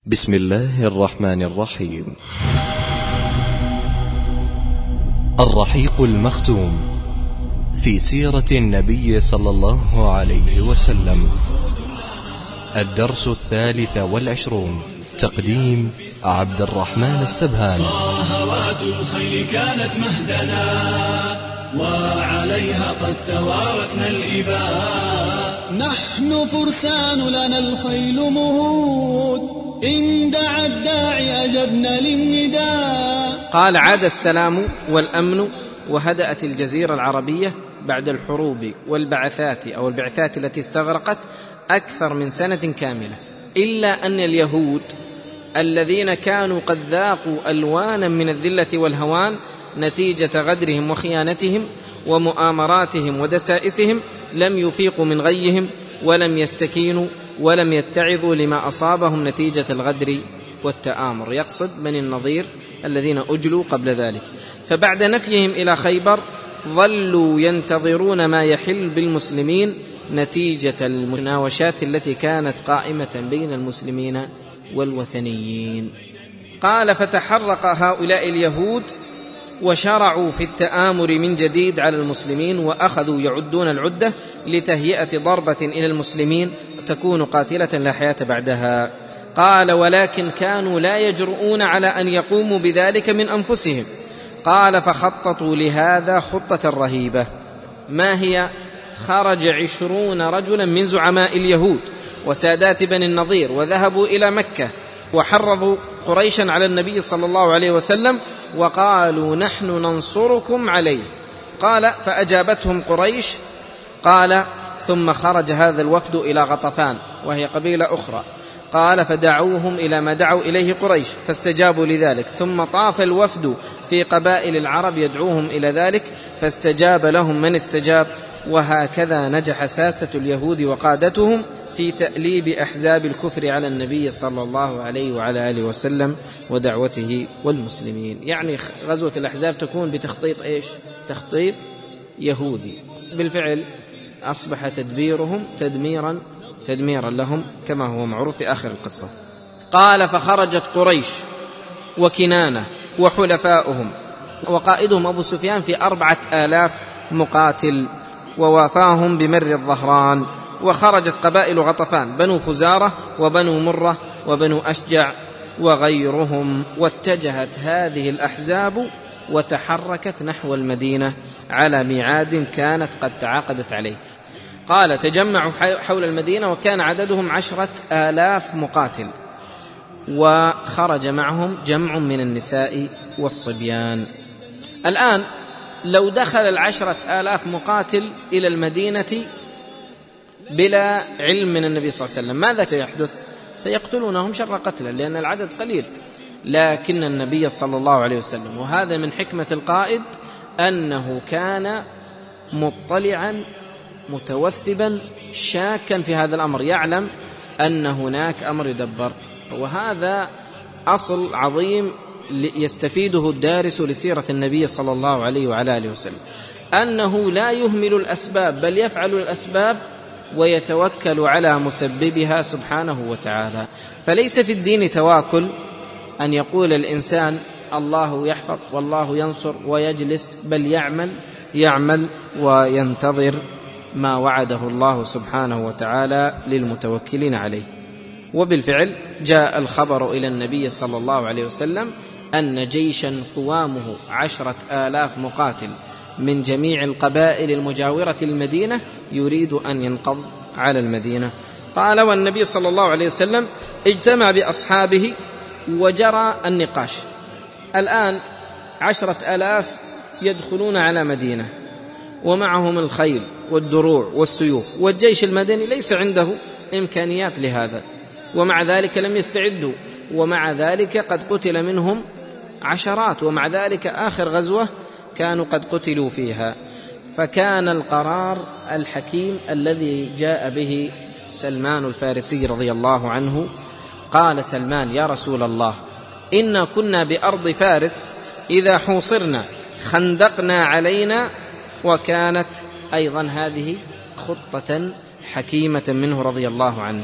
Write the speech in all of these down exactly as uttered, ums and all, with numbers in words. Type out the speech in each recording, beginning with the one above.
بسم الله الرحمن الرحيم. الرحيق المختوم في سيرة النبي صلى الله عليه وسلم، الدرس الثالث والعشرون. تقديم عبد الرحمن السبهان. صاهوات الخيل كانت مهدنا، وعليها قد توارثنا الإباء. نحن فرسان لنا الخيل مهود، إن دعا الداعي أجبنا للنداء. قال: عاد السلام والأمن وهدأت الجزيرة العربية بعد الحروب والبعثات أو البعثات التي استغرقت أكثر من سنة كاملة، إلا أن اليهود الذين كانوا قد ذاقوا ألوانا من الذلة والهوان نتيجة غدرهم وخيانتهم ومؤامراتهم ودسائسهم لم يفيقوا من غيهم ولم يستكينوا ولم يتعظوا لما أصابهم نتيجة الغدر والتآمر. يقصد بني النضير الذين أجلوا قبل ذلك. فبعد نفيهم إلى خيبر ظلوا ينتظرون ما يحل بالمسلمين نتيجة المناوشات التي كانت قائمة بين المسلمين والوثنيين. قال: فتحرق هؤلاء اليهود وشرعوا في التآمر من جديد على المسلمين، وأخذوا يعدون العدة لتهيئة ضربة إلى المسلمين تكون قاتلة لا حياة بعدها. قال: ولكن كانوا لا يجرؤون على أن يقوموا بذلك من أنفسهم. قال: فخططوا لهذا خطة رهيبة. ما هي؟ خرج عشرون رجلا من زعماء اليهود وسادات بني النضير، وذهبوا إلى مكة وحرضوا قريشا على النبي صلى الله عليه وسلم وقالوا: نحن ننصركم عليه. قال: فأجابتهم قريش. قال: ثم خرج هذا الوفد إلى غطفان وهي قبيلة أخرى. قال: فدعوهم إلى ما دعوا إليه قريش فاستجابوا لذلك. ثم طاف الوفد في قبائل العرب يدعوهم إلى ذلك فاستجاب لهم من استجاب. وهكذا نجح ساسة اليهود وقادتهم في تأليب أحزاب الكفر على النبي صلى الله عليه وعلى آله وسلم ودعوته والمسلمين. يعني غزوة الأحزاب تكون بتخطيط إيش؟ تخطيط يهودي. بالفعل أصبح تدبيرهم تدميرا تدميرا لهم كما هو معروف في آخر القصة. قال: فخرجت قريش وكنانة وحلفاؤهم وقائدهم أبو سفيان في أربعة آلاف مقاتل، ووافاهم بمر الظهران. وخرجت قبائل غطفان بنو فزارة وبنو مرة وبنو أشجع وغيرهم، واتجهت هذه الأحزاب وتحركت نحو المدينة على ميعاد كانت قد تعاقدت عليه. قال: تجمعوا حول المدينة وكان عددهم عشرة آلاف مقاتل، وخرج معهم جمع من النساء والصبيان. الآن لو دخل العشرة آلاف مقاتل إلى المدينة بلا علم من النبي صلى الله عليه وسلم ماذا سيحدث؟ سيقتلونهم شر قتلا لأن العدد قليل. لكن النبي صلى الله عليه وسلم، وهذا من حكمة القائد، أنه كان مطلعا متوثبا شاكا في هذا الأمر، يعلم أن هناك أمر يدبر. وهذا أصل عظيم يستفيده الدارس لسيرة النبي صلى الله عليه وعلى آله وسلم، أنه لا يهمل الأسباب بل يفعل الأسباب ويتوكل على مسببها سبحانه وتعالى. فليس في الدين تواكل أن يقول الإنسان الله يحفظ والله ينصر ويجلس، بل يعمل يعمل وينتظر ما وعده الله سبحانه وتعالى للمتوكلين عليه. وبالفعل جاء الخبر إلى النبي صلى الله عليه وسلم أن جيشا قوامه عشرة آلاف مقاتل من جميع القبائل المجاورة المدينة يريد أن ينقض على المدينة. قال: والنبي صلى الله عليه وسلم اجتمع بأصحابه وجرى النقاش. الآن عشرة آلاف يدخلون على مدينة ومعهم الخيل والدروع والسيوف، والجيش المدني ليس عنده إمكانيات لهذا، ومع ذلك لم يستعدوا، ومع ذلك قد قتل منهم عشرات، ومع ذلك آخر غزوة كانوا قد قتلوا فيها. فكان القرار الحكيم الذي جاء به سلمان الفارسي رضي الله عنه. قال سلمان: يا رسول الله، إنا كنا بأرض فارس إذا حوصرنا خندقنا علينا. وكانت أيضا هذه خطة حكيمة منه رضي الله عنه،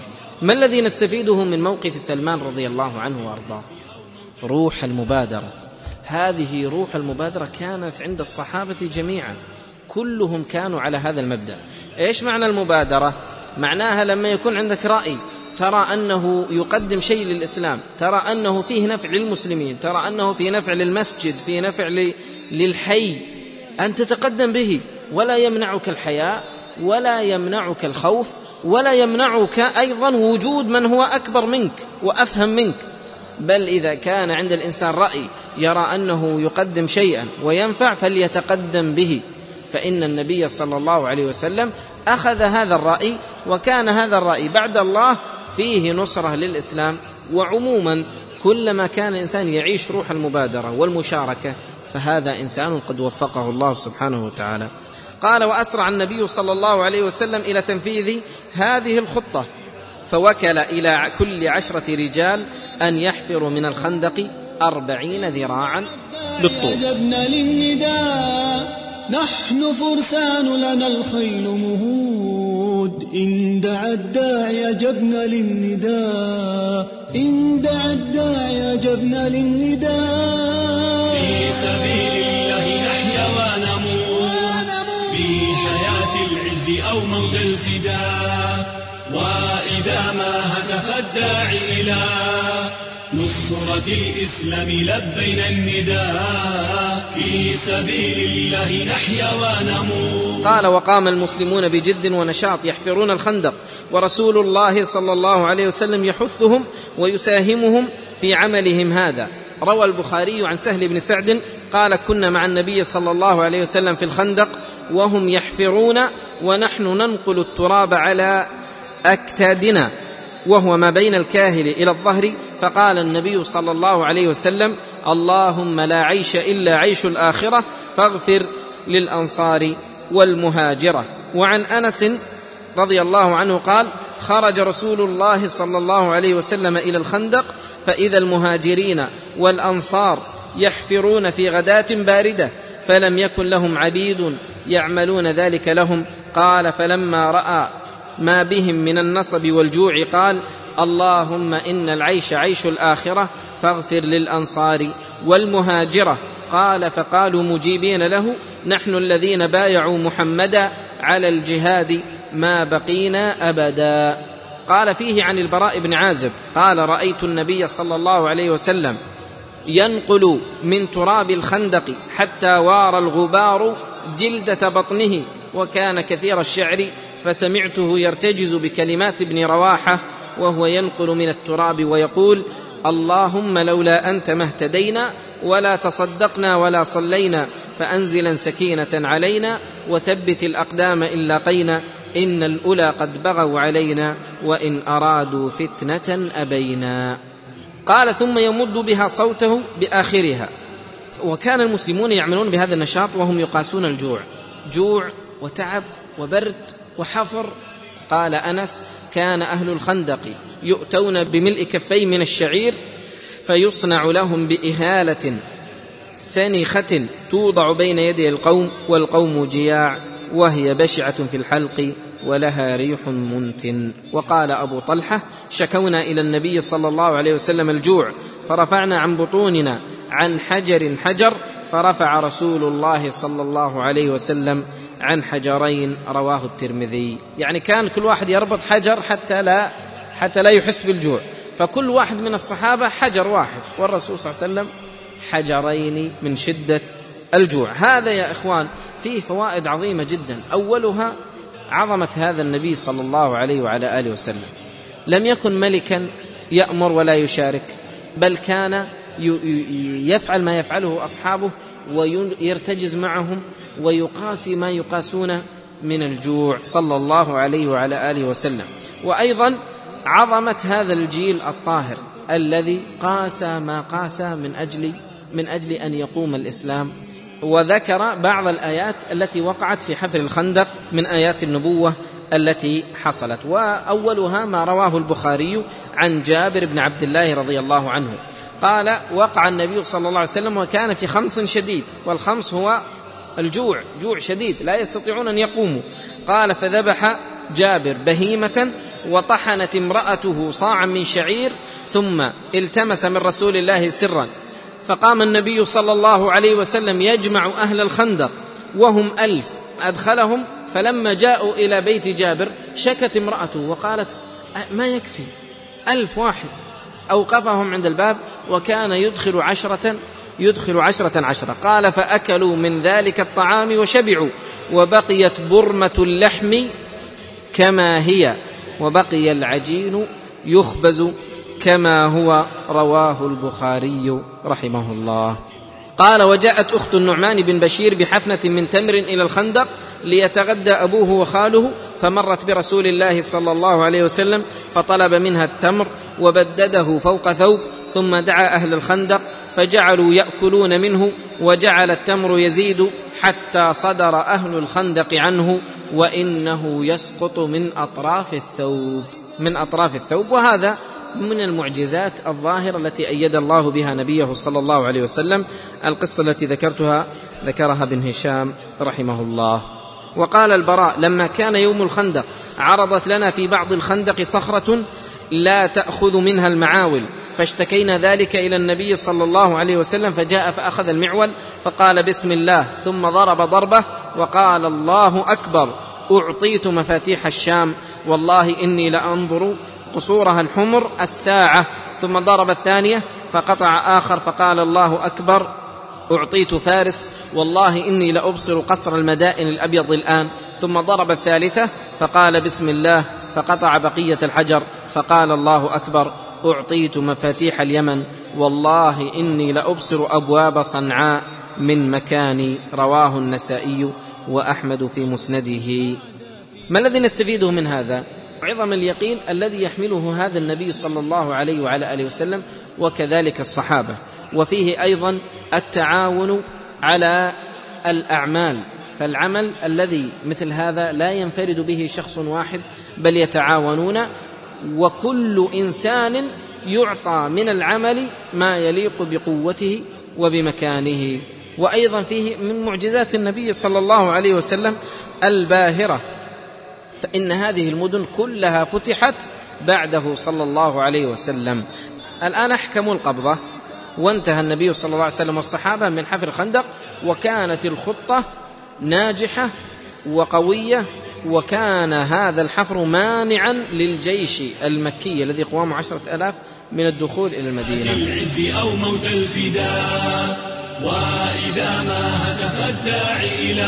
ما الذي نستفيده من موقف سلمان رضي الله عنه وأرضاه؟ روح المبادرة. هذه روح المبادرة كانت عند الصحابة جميعا، كلهم كانوا على هذا المبدأ. إيش معنى المبادرة؟ معناها لما يكون عندك رأي ترى أنه يقدم شيء للإسلام، ترى أنه فيه نفع للمسلمين، ترى أنه فيه نفع للمسجد، فيه نفع للحي، أن تتقدم به، ولا يمنعك الحياء ولا يمنعك الخوف ولا يمنعك أيضا وجود من هو أكبر منك وأفهم منك. بل إذا كان عند الإنسان رأي يرى أنه يقدم شيئا وينفع فليتقدم به، فإن النبي صلى الله عليه وسلم أخذ هذا الرأي، وكان هذا الرأي بعد الله فيه نصرة للإسلام. وعموما كلما كان الإنسان يعيش روح المبادرة والمشاركة فهذا إنسان قد وفقه الله سبحانه وتعالى. قال: وأسرع النبي صلى الله عليه وسلم إلى تنفيذ هذه الخطة، فوكل إلى كل عشرة رجال أن يحفروا من الخندق أربعين ذراعا بالطول. أجبنا للنداء نحن فرسان لنا الخيل مهود، إن دعا الداعي أجبنا للنداء، إن دعا الداعي أجبنا للنداء. في سبيل الله نحيا ونموت، في حياة العز أو موت الفداء، وإذا ما هتف الداعي إلى نصرة الإسلام لبينا النداء، في سبيل الله نحيا ونموت. قال: وقام المسلمون بجد ونشاط يحفرون الخندق، ورسول الله صلى الله عليه وسلم يحثهم ويساهمهم في عملهم هذا. روى البخاري عن سهل بن سعد قال: كنا مع النبي صلى الله عليه وسلم في الخندق وهم يحفرون ونحن ننقل التراب على أكتادنا وهو ما بين الكاهل إلى الظهر، فقال النبي صلى الله عليه وسلم: اللهم لا عيش إلا عيش الآخرة فاغفر للأنصار والمهاجرة. وعن أنس رضي الله عنه قال: خرج رسول الله صلى الله عليه وسلم إلى الخندق فإذا المهاجرين والأنصار يحفرون في غداة باردة، فلم يكن لهم عبيد يعملون ذلك لهم. قال: فلما رأى ما بهم من النصب والجوع قال: اللهم إن العيش عيش الآخرة فاغفر للأنصار والمهاجرة. قال: فقالوا مجيبين له: نحن الذين بايعوا محمدا على الجهاد ما بقينا أبدا. قال فيه عن البراء بن عازب قال: رأيت النبي صلى الله عليه وسلم ينقل من تراب الخندق حتى وار الغبار جلدة بطنه، وكان كثير الشعر، فسمعته يرتجز بكلمات ابن رواحة وهو ينقل من التراب ويقول: اللهم لولا أنت ما اهتدينا ولا تصدقنا ولا صلينا، فأنزلا سكينة علينا وثبت الأقدام إن لاقينا، إن الأولى قد بغوا علينا وإن أرادوا فتنة أبينا. قال: ثم يمد بها صوته بآخرها. وكان المسلمون يعملون بهذا النشاط وهم يقاسون الجوع، جوع وتعب وبرد وحفر. قال أنس: كان أهل الخندق يؤتون بملء كفي من الشعير فيصنع لهم بإهالة سنخة توضع بين يدي القوم، والقوم جياع وهي بشعة في الحلق ولها ريح منتن. وقال أبو طلحة: شكونا إلى النبي صلى الله عليه وسلم الجوع فرفعنا عن بطوننا عن حجر حجر، فرفع رسول الله صلى الله عليه وسلم عن حجرين. رواه الترمذي. يعني كان كل واحد يربط حجر حتى لا حتى لا يحس بالجوع، فكل واحد من الصحابة حجر واحد، والرسول صلى الله عليه وسلم حجرين من شدة الجوع. هذا يا إخوان فيه فوائد عظيمة جدا. أولها عظمة هذا النبي صلى الله عليه وعلى آله وسلم. لم يكن ملكا يأمر ولا يشارك، بل كان يفعل ما يفعله أصحابه ويرتجز معهم ويقاسي ما يقاسون من الجوع صلى الله عليه وعلى آله وسلم. وأيضا عظمة هذا الجيل الطاهر الذي قاسى ما قاسى من أجل من أجل أن يقوم الإسلام. وذكر بعض الآيات التي وقعت في حفر الخندق من آيات النبوة التي حصلت. وأولها ما رواه البخاري عن جابر بن عبد الله رضي الله عنه قال: وقع النبي صلى الله عليه وسلم وكان في خمس شديد، والخمس هو الجوع، جوع شديد لا يستطيعون أن يقوموا. قال: فذبح جابر بهيمة وطحنت امرأته صاعا من شعير، ثم التمس من رسول الله سرا، فقام النبي صلى الله عليه وسلم يجمع أهل الخندق وهم ألف أدخلهم، فلما جاءوا إلى بيت جابر شكت امرأته وقالت ما يكفي ألف واحد، أوقفهم عند الباب وكان يدخل عشرة يدخل عشرة عشرة. قال فأكلوا من ذلك الطعام وشبعوا، وبقيت برمة اللحم كما هي، وبقي العجين يخبز كما هو، رواه البخاري رحمه الله. قال وجاءت أخت النعمان بن بشير بحفنة من تمر إلى الخندق ليتغدى أبوه وخاله، فمرت برسول الله صلى الله عليه وسلم فطلب منها التمر وبدده فوق ثوب، ثم دعا أهل الخندق فجعلوا يأكلون منه، وجعل التمر يزيد حتى صدر أهل الخندق عنه وإنه يسقط من أطراف الثوب من أطراف الثوب وهذا من المعجزات الظاهرة التي أيد الله بها نبيه صلى الله عليه وسلم. القصة التي ذكرتها ذكرها ابن هشام رحمه الله. وقال البراء لما كان يوم الخندق عرضت لنا في بعض الخندق صخرة لا تأخذ منها المعاول، فاشتكينا ذلك إلى النبي صلى الله عليه وسلم، فجاء فأخذ المعول فقال بسم الله، ثم ضرب ضربة وقال الله أكبر، أعطيت مفاتيح الشام، والله إني لأنظر قصورها الحمر الساعة. ثم ضرب الثانية فقطع آخر فقال الله أكبر، أعطيت فارس، والله إني لأبصر قصر المدائن الأبيض الآن. ثم ضرب الثالثة فقال بسم الله، فقطع بقية الحجر فقال الله أكبر، أعطيت مفاتيح اليمن، والله إني لأبصر أبواب صنعاء من مكاني. رواه النسائي وأحمد في مسنده. ما الذي نستفيده من هذا؟ عظم اليقين الذي يحمله هذا النبي صلى الله عليه وعلى آله وسلم وكذلك الصحابة، وفيه أيضا التعاون على الأعمال، فالعمل الذي مثل هذا لا ينفرد به شخص واحد بل يتعاونون، وكل إنسان يعطى من العمل ما يليق بقوته وبمكانه. وأيضا فيه من معجزات النبي صلى الله عليه وسلم الباهرة، فإن هذه المدن كلها فتحت بعده صلى الله عليه وسلم. الآن أحكموا القبضة، وانتهى النبي صلى الله عليه وسلم والصحابة من حفر الخندق، وكانت الخطة ناجحة وقوية، وكان هذا الحفر مانعا للجيش المكي الذي قوامه عشرة ألاف من الدخول إلى المدينة. العز أو موت الفداء، وإذا ما هتف الداعي إلى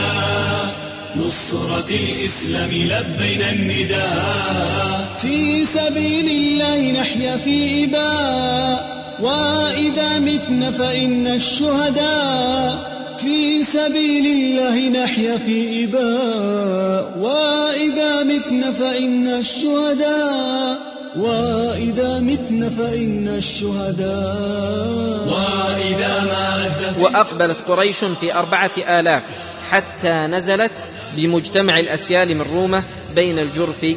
نصرة الإسلام لبينا النداء. في سبيل الله نحيا في إباء، وإذا متنا فإن الشهداء. في سبيل الله نحيا في إباء، وإذا متنا فإن الشهداء. وإذا متنا فإن الشهداء. وإذا ما أزف. وأقبلت قريش في أربعة آلاف حتى نزلت بمجتمع الأسيال من رومة بين الجرف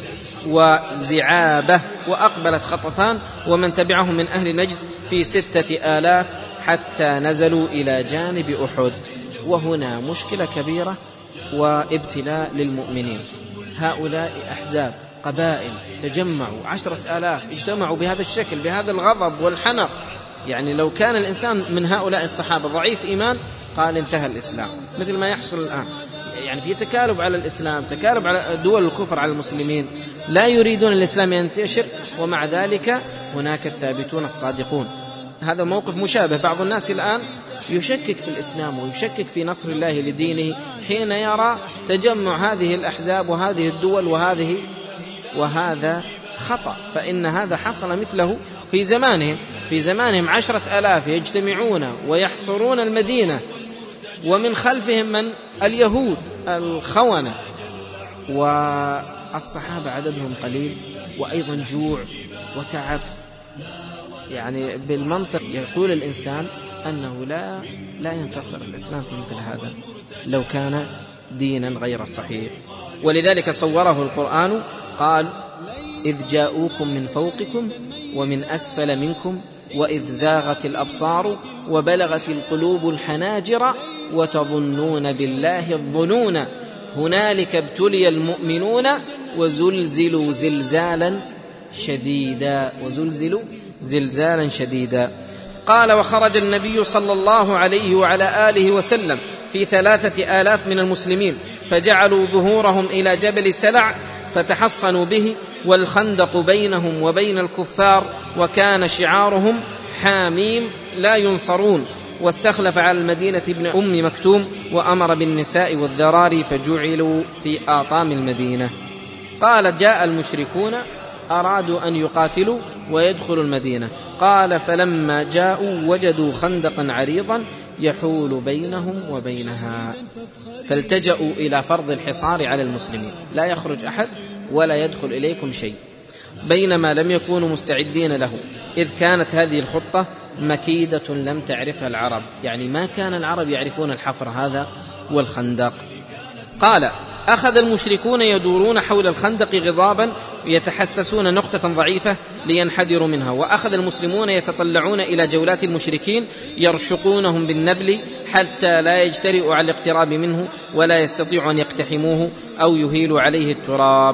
وزعابة، وأقبلت خطفان ومن تبعهم من أهل نجد في ستة آلاف حتى نزلوا إلى جانب أحد. وهنا مشكلة كبيرة وابتلاء للمؤمنين. هؤلاء أحزاب قبائل تجمعوا عشرة آلاف، اجتمعوا بهذا الشكل بهذا الغضب والحنق. يعني لو كان الإنسان من هؤلاء الصحابة ضعيف إيمان قال انتهى الإسلام، مثل ما يحصل الآن. يعني في تكالب على الإسلام، تكالب على دول الكفر على المسلمين، لا يريدون الإسلام ينتشر، ومع ذلك هناك الثابتون الصادقون. هذا موقف مشابه. بعض الناس الآن يشكك في الإسلام ويشكك في نصر الله لدينه حين يرى تجمع هذه الأحزاب وهذه الدول وهذه وهذا خطأ، فإن هذا حصل مثله في زمانهم. في زمانهم عشرة ألاف يجتمعون ويحصرون المدينة، ومن خلفهم من اليهود الخونة، والصحابة عددهم قليل، وأيضا جوع وتعب. يعني بالمنطق يقول الإنسان أنه لا لا ينتصر الإسلام في مثل هذا لو كان دينا غير صحيح. ولذلك صوره القرآن قال إذ جاءوكم من فوقكم ومن أسفل منكم وإذ زاغت الأبصار وبلغت القلوب الحناجر وتظنون بالله الظنون هنالك ابتلي المؤمنون وزلزلوا زلزالا شديدا وزلزلوا زلزالا شديدا. قال: وخرج النبي صلى الله عليه وعلى آله وسلم في ثلاثة آلاف من المسلمين فجعلوا ظهورهم إلى جبل سلع فتحصنوا به، والخندق بينهم وبين الكفار، وكان شعارهم حاميم لا ينصرون. واستخلف على المدينة ابن أم مكتوم، وأمر بالنساء والذراري فجعلوا في آطام المدينة. قال: جاء المشركون أرادوا أن يقاتلوا ويدخلوا المدينة. قال: فلما جاءوا وجدوا خندقا عريضا يحول بينهم وبينها، فالتجأوا إلى فرض الحصار على المسلمين، لا يخرج أحد ولا يدخل إليكم شيء، بينما لم يكونوا مستعدين له، إذ كانت هذه الخطة مكيدة لم تعرفها العرب، يعني ما كان العرب يعرفون الحفر هذا والخندق. قال: أخذ المشركون يدورون حول الخندق غضابا يتحسسون نقطة ضعيفة لينحدروا منها، وأخذ المسلمون يتطلعون إلى جولات المشركين يرشقونهم بالنبل حتى لا يجترئوا على الاقتراب منه ولا يستطيعوا أن يقتحموه أو يهيلوا عليه التراب.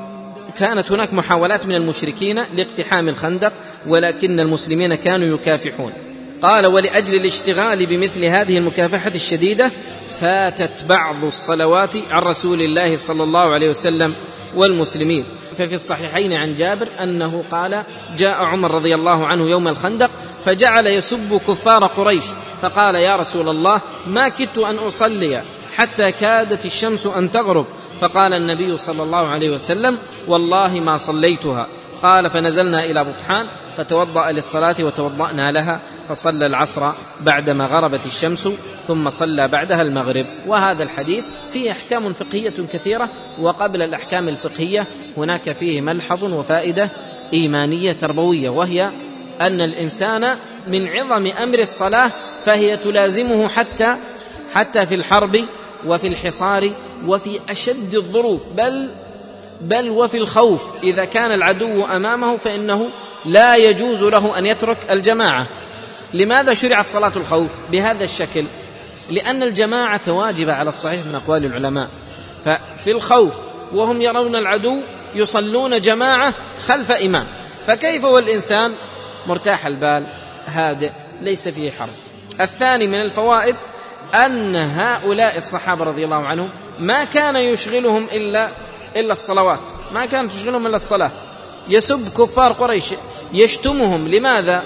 كانت هناك محاولات من المشركين لاقتحام الخندق، ولكن المسلمين كانوا يكافحون. قال: ولأجل الاشتغال بمثل هذه المكافحة الشديدة فاتت بعض الصلوات عن رسول الله صلى الله عليه وسلم والمسلمين. ففي الصحيحين عن جابر أنه قال: جاء عمر رضي الله عنه يوم الخندق فجعل يسب كفار قريش، فقال: يا رسول الله، ما كدت أن أصلي حتى كادت الشمس أن تغرب. فقال النبي صلى الله عليه وسلم: والله ما صليتها. قال: فنزلنا إلى بطحان فتوضأ للصلاة وتوضأنا لها، فصلى العصر بعدما غربت الشمس، ثم صلى بعدها المغرب. وهذا الحديث فيه أحكام فقهية كثيرة، وقبل الأحكام الفقهية هناك فيه ملحظ وفائدة إيمانية تربوية، وهي أن الإنسان من عظم أمر الصلاة فهي تلازمه حتى حتى في الحرب وفي الحصار وفي أشد الظروف، بل بل وفي الخوف. إذا كان العدو أمامه فإنه لا يجوز له أن يترك الجماعة. لماذا شرعت صلاة الخوف بهذا الشكل؟ لأن الجماعة واجبة على الصحيح من أقوال العلماء، ففي الخوف وهم يرون العدو يصلون جماعة خلف إمام، فكيف والإنسان مرتاح البال هادئ ليس فيه حرج. الثاني من الفوائد أن هؤلاء الصحابة رضي الله عنهم ما كان يشغلهم إلا إلا الصلوات، ما كانت تشغلهم إلا الصلاة. يسب كفار قريش، يشتمهم، لماذا؟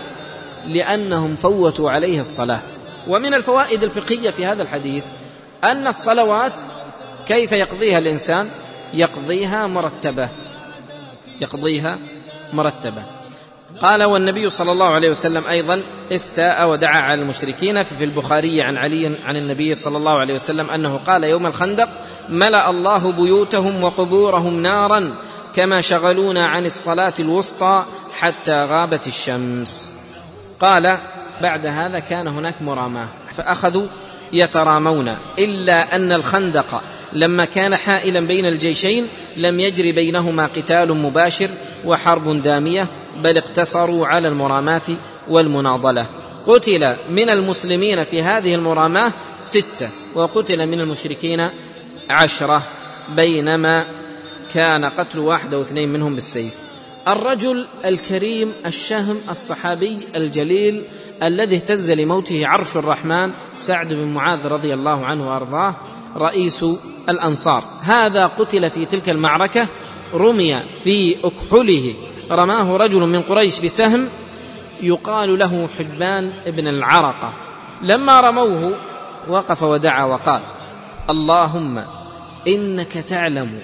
لأنهم فوتوا عليه الصلاة. ومن الفوائد الفقهية في هذا الحديث أن الصلوات كيف يقضيها الإنسان؟ يقضيها مرتبة يقضيها مرتبة قال: والنبي صلى الله عليه وسلم أيضا استاء ودعا على المشركين. في البخاري عن علي عن النبي صلى الله عليه وسلم أنه قال يوم الخندق: ملأ الله بيوتهم وقبورهم نارا كما شغلونا عن الصلاة الوسطى حتى غابت الشمس. قال: بعد هذا كان هناك مراماة فأخذوا يترامون، إلا أن الخندق لما كان حائلا بين الجيشين لم يجري بينهما قتال مباشر وحرب دامية، بل اقتصروا على المرامات والمناضلة. قتل من المسلمين في هذه المراماة ستة، وقتل من المشركين عشرة، بينما كان قتل واحد أو اثنين منهم بالسيف. الرجل الكريم الشهم الصحابي الجليل الذي اهتز لموته عرش الرحمن، سعد بن معاذ رضي الله عنه وأرضاه، رئيس الأنصار، هذا قتل في تلك المعركة، رمي في أكحله، رماه رجل من قريش بسهم يقال له حبان ابن العرقة. لما رموه وقف ودعا وقال: اللهم إنك تعلم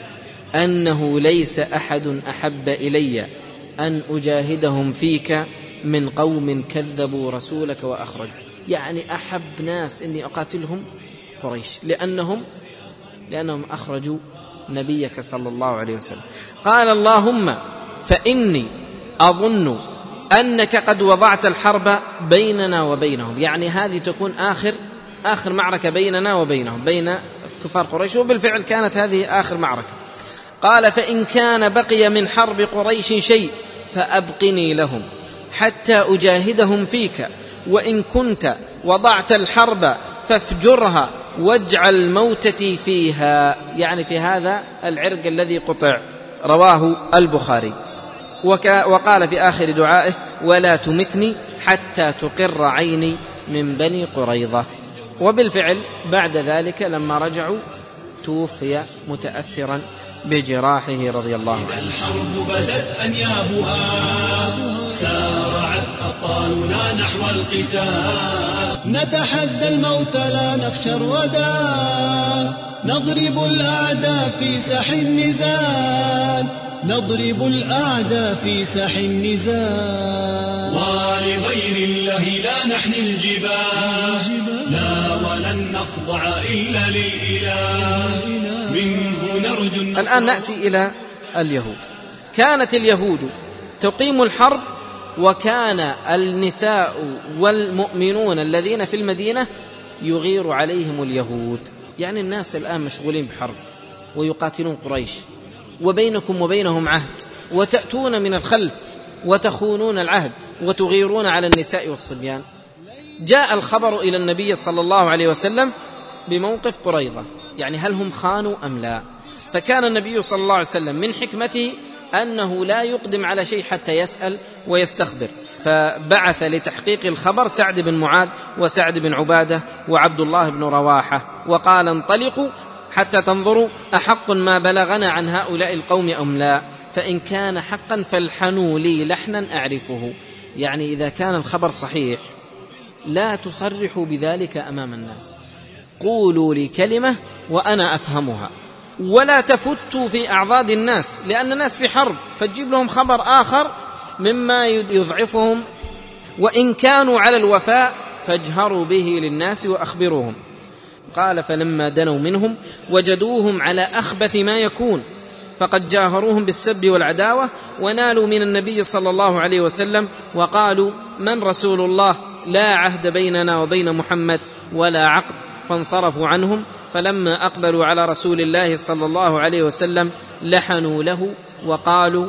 أنه ليس أحد أحب إلي أن أجاهدهم فيك من قوم كذبوا رسولك وأخرجوا. يعني أحب ناس إني أقاتلهم قريش، لأنهم لأنهم أخرجوا نبيك صلى الله عليه وسلم. قال: اللهم فإني أظن أنك قد وضعت الحرب بيننا وبينهم، يعني هذه تكون آخر آخر معركة بيننا وبينهم، بين كفار قريش، وبالفعل كانت هذه آخر معركة. قال: فإن كان بقي من حرب قريش شيء فأبقني لهم حتى أجاهدهم فيك، وإن كنت وضعت الحرب فافجرها واجعل موتتي فيها، يعني في هذا العرق الذي قطع. رواه البخاري. وقال في آخر دعائه: ولا تمتني حتى تقر عيني من بني قريظة. وبالفعل بعد ذلك لما رجعوا توفي متأثرا بجراحه رضي الله عنه. الحرب بدت أنيابها، سارعت أبطالنا نحو القتال، نتحدى الموت لا نخشى الردى، نضرب الأعداء في ساح النزال، نضرب الأعداء في ساح النزال. ولغير الله لا نحني الجبال، لا ولن نخضع إلا للإله، منه نرجو. الآن نأتي إلى اليهود. كانت اليهود تقيم الحرب، وكان النساء والمؤمنون الذين في المدينة يغير عليهم اليهود. يعني الناس الآن مشغولين بحرب ويقاتلون قريش، وبينكم وبينهم عهد، وتأتون من الخلف وتخونون العهد وتغيرون على النساء والصبيان. جاء الخبر إلى النبي صلى الله عليه وسلم بموقف قريظة، يعني هل هم خانوا أم لا؟ فكان النبي صلى الله عليه وسلم من حكمته أنه لا يقدم على شيء حتى يسأل ويستخبر، فبعث لتحقيق الخبر سعد بن معاذ وسعد بن عبادة وعبد الله بن رواحة، وقال: انطلقوا حتى تنظروا أحق ما بلغنا عن هؤلاء القوم أم لا، فإن كان حقا فالحنوا لي لحنا أعرفه. يعني إذا كان الخبر صحيح لا تصرحوا بذلك أمام الناس، قولوا لي كلمة وأنا أفهمها، ولا تفتوا في أعضاد الناس، لأن الناس في حرب، فتجيب لهم خبر آخر مما يضعفهم. وإن كانوا على الوفاء فاجهروا به للناس وأخبروهم. قال: فلما دنوا منهم وجدوهم على أخبث ما يكون، فقد جاهروهم بالسب والعداوة، ونالوا من النبي صلى الله عليه وسلم وقالوا: من رسول الله؟ لا عهد بيننا وبين محمد ولا عقد. فانصرفوا عنهم، فلما أقبلوا على رسول الله صلى الله عليه وسلم لحنوا له وقالوا: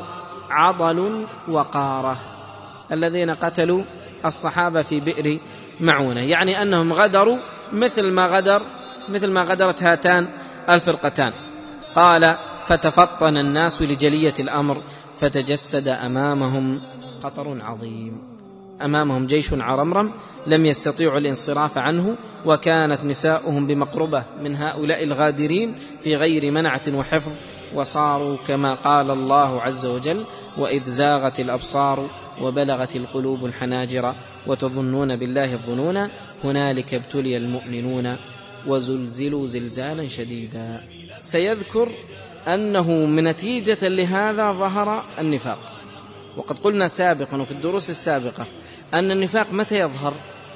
عضل وقارة، الذين قتلوا الصحابة في بئر معونة، يعني أنهم غدروا مثل ما غدر مثل ما غدرت هاتان الفرقتان. قال: فتفطن الناس لجلية الأمر، فتجسد أمامهم خطر عظيم، أمامهم جيش عرمرم لم يستطيعوا الانصراف عنه، وكانت نساؤهم بمقربة من هؤلاء الغادرين في غير منعة وحفظ، وصاروا كما قال الله عز وجل: وإذ زاغت الأبصار وبلغت القلوب الحناجر وتظنون بالله الظنون هنالك ابتلي المؤمنون وزلزلوا زلزالا شديدا. سيذكر أنه من نتيجة لهذا ظهر النفاق. وقد قلنا سابقا وفي الدروس السابقة أن النفاق متى يظهر؟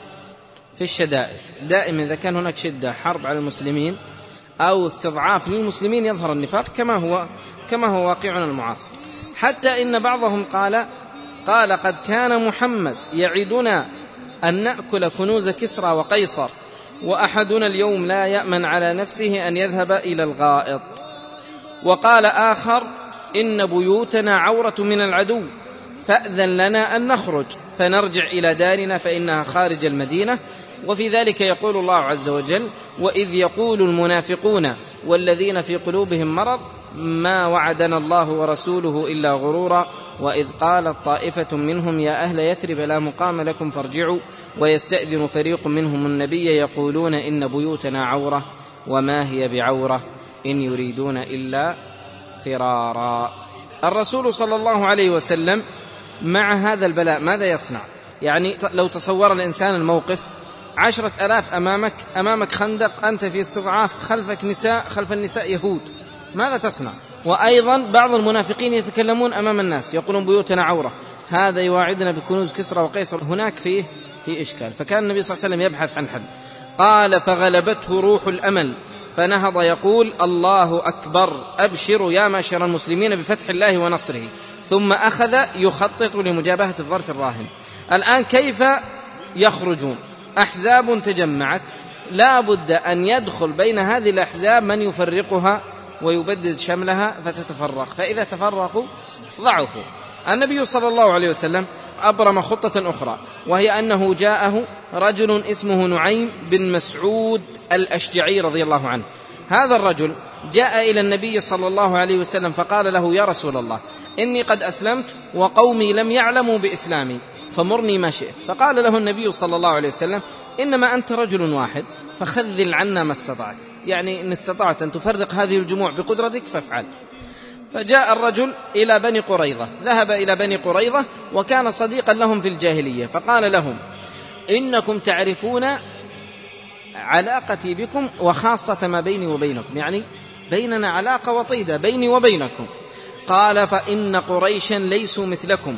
في الشدائد. دائما إذا كان هناك شدة، حرب على المسلمين أو استضعاف للمسلمين، يظهر النفاق كما هو كما هو واقعنا المعاصر. حتى إن بعضهم قال قال قد كان محمد يعدنا أن نأكل كنوز كسرى وقيصر، وأحدنا اليوم لا يأمن على نفسه أن يذهب إلى الغائط. وقال آخر: إن بيوتنا عورة من العدو، فأذن لنا أن نخرج فنرجع إلى دارنا فإنها خارج المدينة. وفي ذلك يقول الله عز وجل: وإذ يقول المنافقون والذين في قلوبهم مرض ما وعدنا الله ورسوله إلا غرورا، وإذ قالت طائفة منهم يا أهل يثرب لا مقام لكم فارجعوا، ويستأذن فريق منهم النبي يقولون إن بيوتنا عورة وما هي بعورة إن يريدون إلا فرارا. الرسول صلى الله عليه وسلم مع هذا البلاء ماذا يصنع؟ يعني لو تصور الإنسان الموقف، عشرة ألاف أمامك أمامك خندق، أنت في استضعاف، خلفك نساء، خلف النساء يهود، ماذا تصنع؟ وأيضا بعض المنافقين يتكلمون أمام الناس يقولون بيوتنا عورة، هذا يواعدنا بكنوز كسرى وقيصر، هناك فيه في إشكال. فكان النبي صلى الله عليه وسلم يبحث عن حل. قال: فغلبته روح الأمل فنهض يقول: الله أكبر، أبشروا يا معشر المسلمين بفتح الله ونصره. ثم أخذ يخطط لمجابهة الظرف الراهن. الآن كيف يخرجون؟ أحزاب تجمعت، لا بد أن يدخل بين هذه الأحزاب من يفرقها ويبدد شملها فتتفرق، فإذا تفرقوا ضعفوا. النبي صلى الله عليه وسلم أبرم خطة أخرى، وهي أنه جاءه رجل اسمه نعيم بن مسعود الأشجعي رضي الله عنه، هذا الرجل جاء إلى النبي صلى الله عليه وسلم فقال له: يا رسول الله، إني قد أسلمت وقومي لم يعلموا بإسلامي فمرني ما شئت. فقال له النبي صلى الله عليه وسلم: إنما أنت رجل واحد فخذل عنا ما استطعت، يعني إن استطعت أن تفرق هذه الجموع بقدرتك فافعل. فجاء الرجل إلى بني قريظة، ذهب إلى بني قريظة وكان صديقا لهم في الجاهلية، فقال لهم: إنكم تعرفون علاقتي بكم وخاصة ما بيني وبينكم، يعني بيننا علاقة وطيدة بيني وبينكم. قال: فإن قريشا ليسوا مثلكم،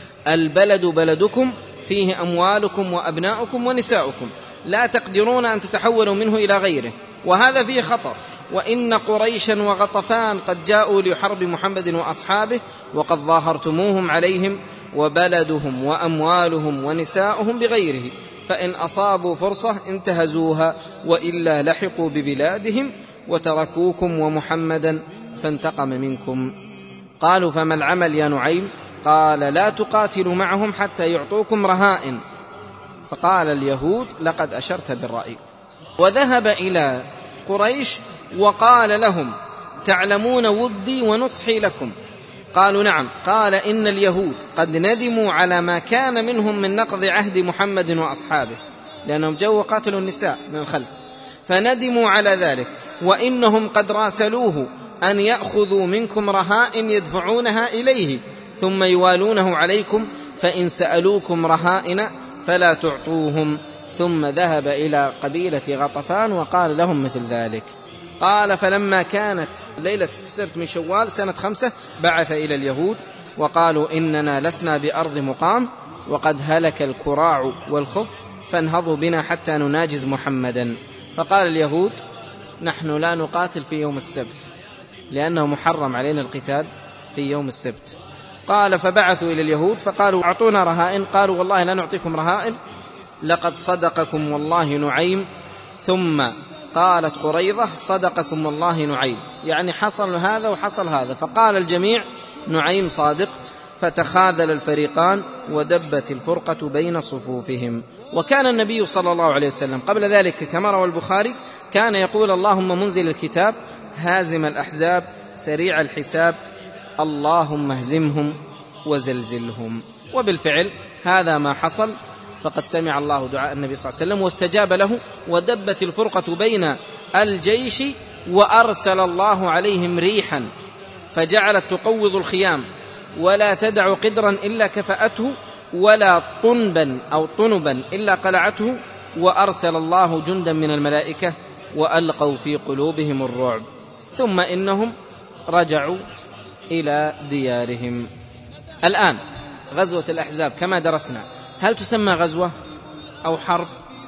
البلد بلدكم فيه أموالكم وأبناؤكم ونساؤكم، لا تقدرون أن تتحولوا منه إلى غيره، وهذا فيه خطر. وإن قريشا وغطفان قد جاءوا لحرب محمد وأصحابه وقد ظاهرتموهم عليهم، وبلدهم وأموالهم ونساؤهم بغيره، فإن أصابوا فرصة انتهزوها وإلا لحقوا ببلادهم وتركوكم ومحمدا فانتقم منكم. قالوا: فما العمل يا نعيم؟ قال: لا تقاتلوا معهم حتى يعطوكم رهائن. فقال اليهود: لقد أشرت بالرأي. وذهب إلى قريش وقال لهم: تعلمون ودي ونصحي لكم. قالوا: نعم. قال: إن اليهود قد ندموا على ما كان منهم من نقض عهد محمد وأصحابه، لأنهم جاءوا وقاتلوا النساء من الخلف، فندموا على ذلك، وإنهم قد راسلوه أن يأخذوا منكم رهائن يدفعونها إليه ثم يوالونه عليكم، فإن سألوكم رهائن فلا تعطوهم. ثم ذهب إلى قبيلة غطفان وقال لهم مثل ذلك. قال: فلما كانت ليلة السبت من شوال سنة خمسة بعث إلى اليهود وقالوا: إننا لسنا بأرض مقام وقد هلك الكراع والخف، فانهضوا بنا حتى نناجز محمدا. فقال اليهود: نحن لا نقاتل في يوم السبت لأنه محرم علينا القتال في يوم السبت. قال: فبعثوا إلى اليهود فقالوا: أعطونا رهائن. قالوا: والله لا نعطيكم رهائن، لقد صدقكم والله نعيم. ثم قالت قريظة: صدقكم والله نعيم، يعني حصل هذا وحصل هذا. فقال الجميع: نعيم صادق. فتخاذل الفريقان ودبت الفرقة بين صفوفهم. وكان النبي صلى الله عليه وسلم قبل ذلك كما روى البخاري كان يقول: اللهم منزل الكتاب، هازم الأحزاب، سريع الحساب، اللهم اهزمهم وزلزلهم. وبالفعل هذا ما حصل، فقد سمع الله دعاء النبي صلى الله عليه وسلم واستجاب له، ودبت الفرقة بين الجيش، وأرسل الله عليهم ريحا فجعلت تقوض الخيام ولا تدع قدرا إلا كفأته، ولا طنبا أو طنبا إلا قلعته، وأرسل الله جندا من الملائكة وألقوا في قلوبهم الرعب، ثم إنهم رجعوا إلى ديارهم. الآن غزوة الأحزاب كما درسنا، هل تسمى غزوة أو حرب؟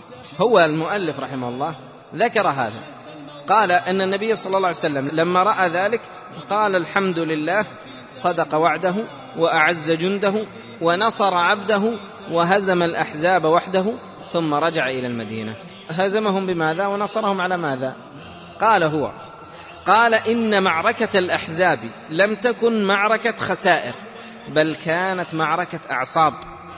هو المؤلف رحمه الله ذكر هذا، قال أن النبي صلى الله عليه وسلم لما رأى ذلك قال: الحمد لله، صدق وعده وأعز جنده ونصر عبده وهزم الأحزاب وحده، ثم رجع إلى المدينة. هزمهم بماذا ونصرهم على ماذا؟ قال هو قال: إن معركة الأحزاب لم تكن معركة خسائر، بل كانت معركة أعصاب،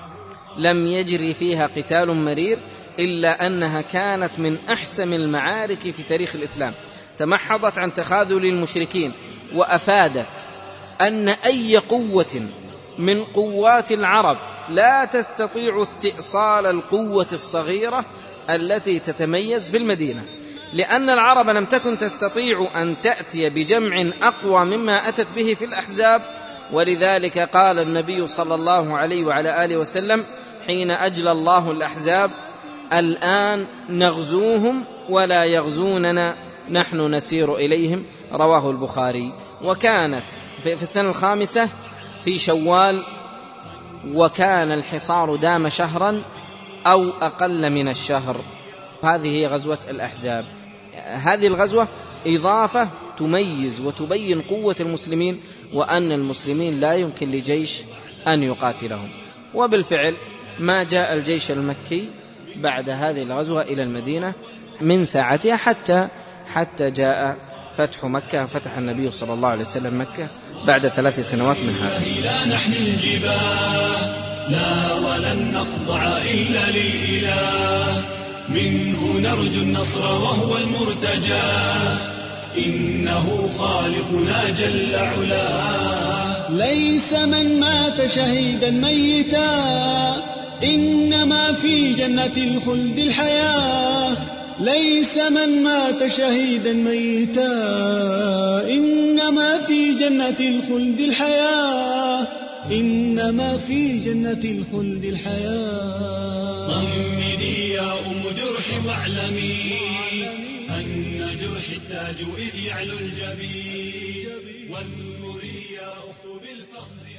لم يجري فيها قتال مرير، إلا أنها كانت من أحسن المعارك في تاريخ الإسلام، تمحضت عن تخاذل المشركين، وأفادت أن أي قوة من قوات العرب لا تستطيع استئصال القوة الصغيرة التي تتميز في المدينة، لأن العرب لم تكن تستطيع أن تأتي بجمع أقوى مما أتت به في الأحزاب. ولذلك قال النبي صلى الله عليه وعلى آله وسلم حين أجلى الله الأحزاب: الآن نغزوهم ولا يغزوننا، نحن نسير إليهم. رواه البخاري. وكانت في السنة الخامسة في شوال، وكان الحصار دام شهرا أو أقل من الشهر. هذه هي غزوة الأحزاب. هذه الغزوة إضافة تميز وتبين قوة المسلمين، وأن المسلمين لا يمكن لجيش أن يقاتلهم. وبالفعل ما جاء الجيش المكي بعد هذه الغزوة إلى المدينة من ساعتها حتى حتى جاء فتح مكة. فتح النبي صلى الله عليه وسلم مكة بعد ثلاث سنوات من هذا. لا نحمي الجبال، لا ولن نخضع إلا للإله، منه نرجو النصر وهو المرتجى، إنه خالقنا جل علاه. ليس من مات شهيدا ميتا، إنما في جنة الخلد الحياة. ليس من مات شهيدا ميتا، إنما في جنة الخلد الحياة. إنما في جنة الخلد الحياة. ضمدي يا أم جرح واعلمي أن جرح التاج إذ يعلو الجبين، واذكري يا أخت بالفخر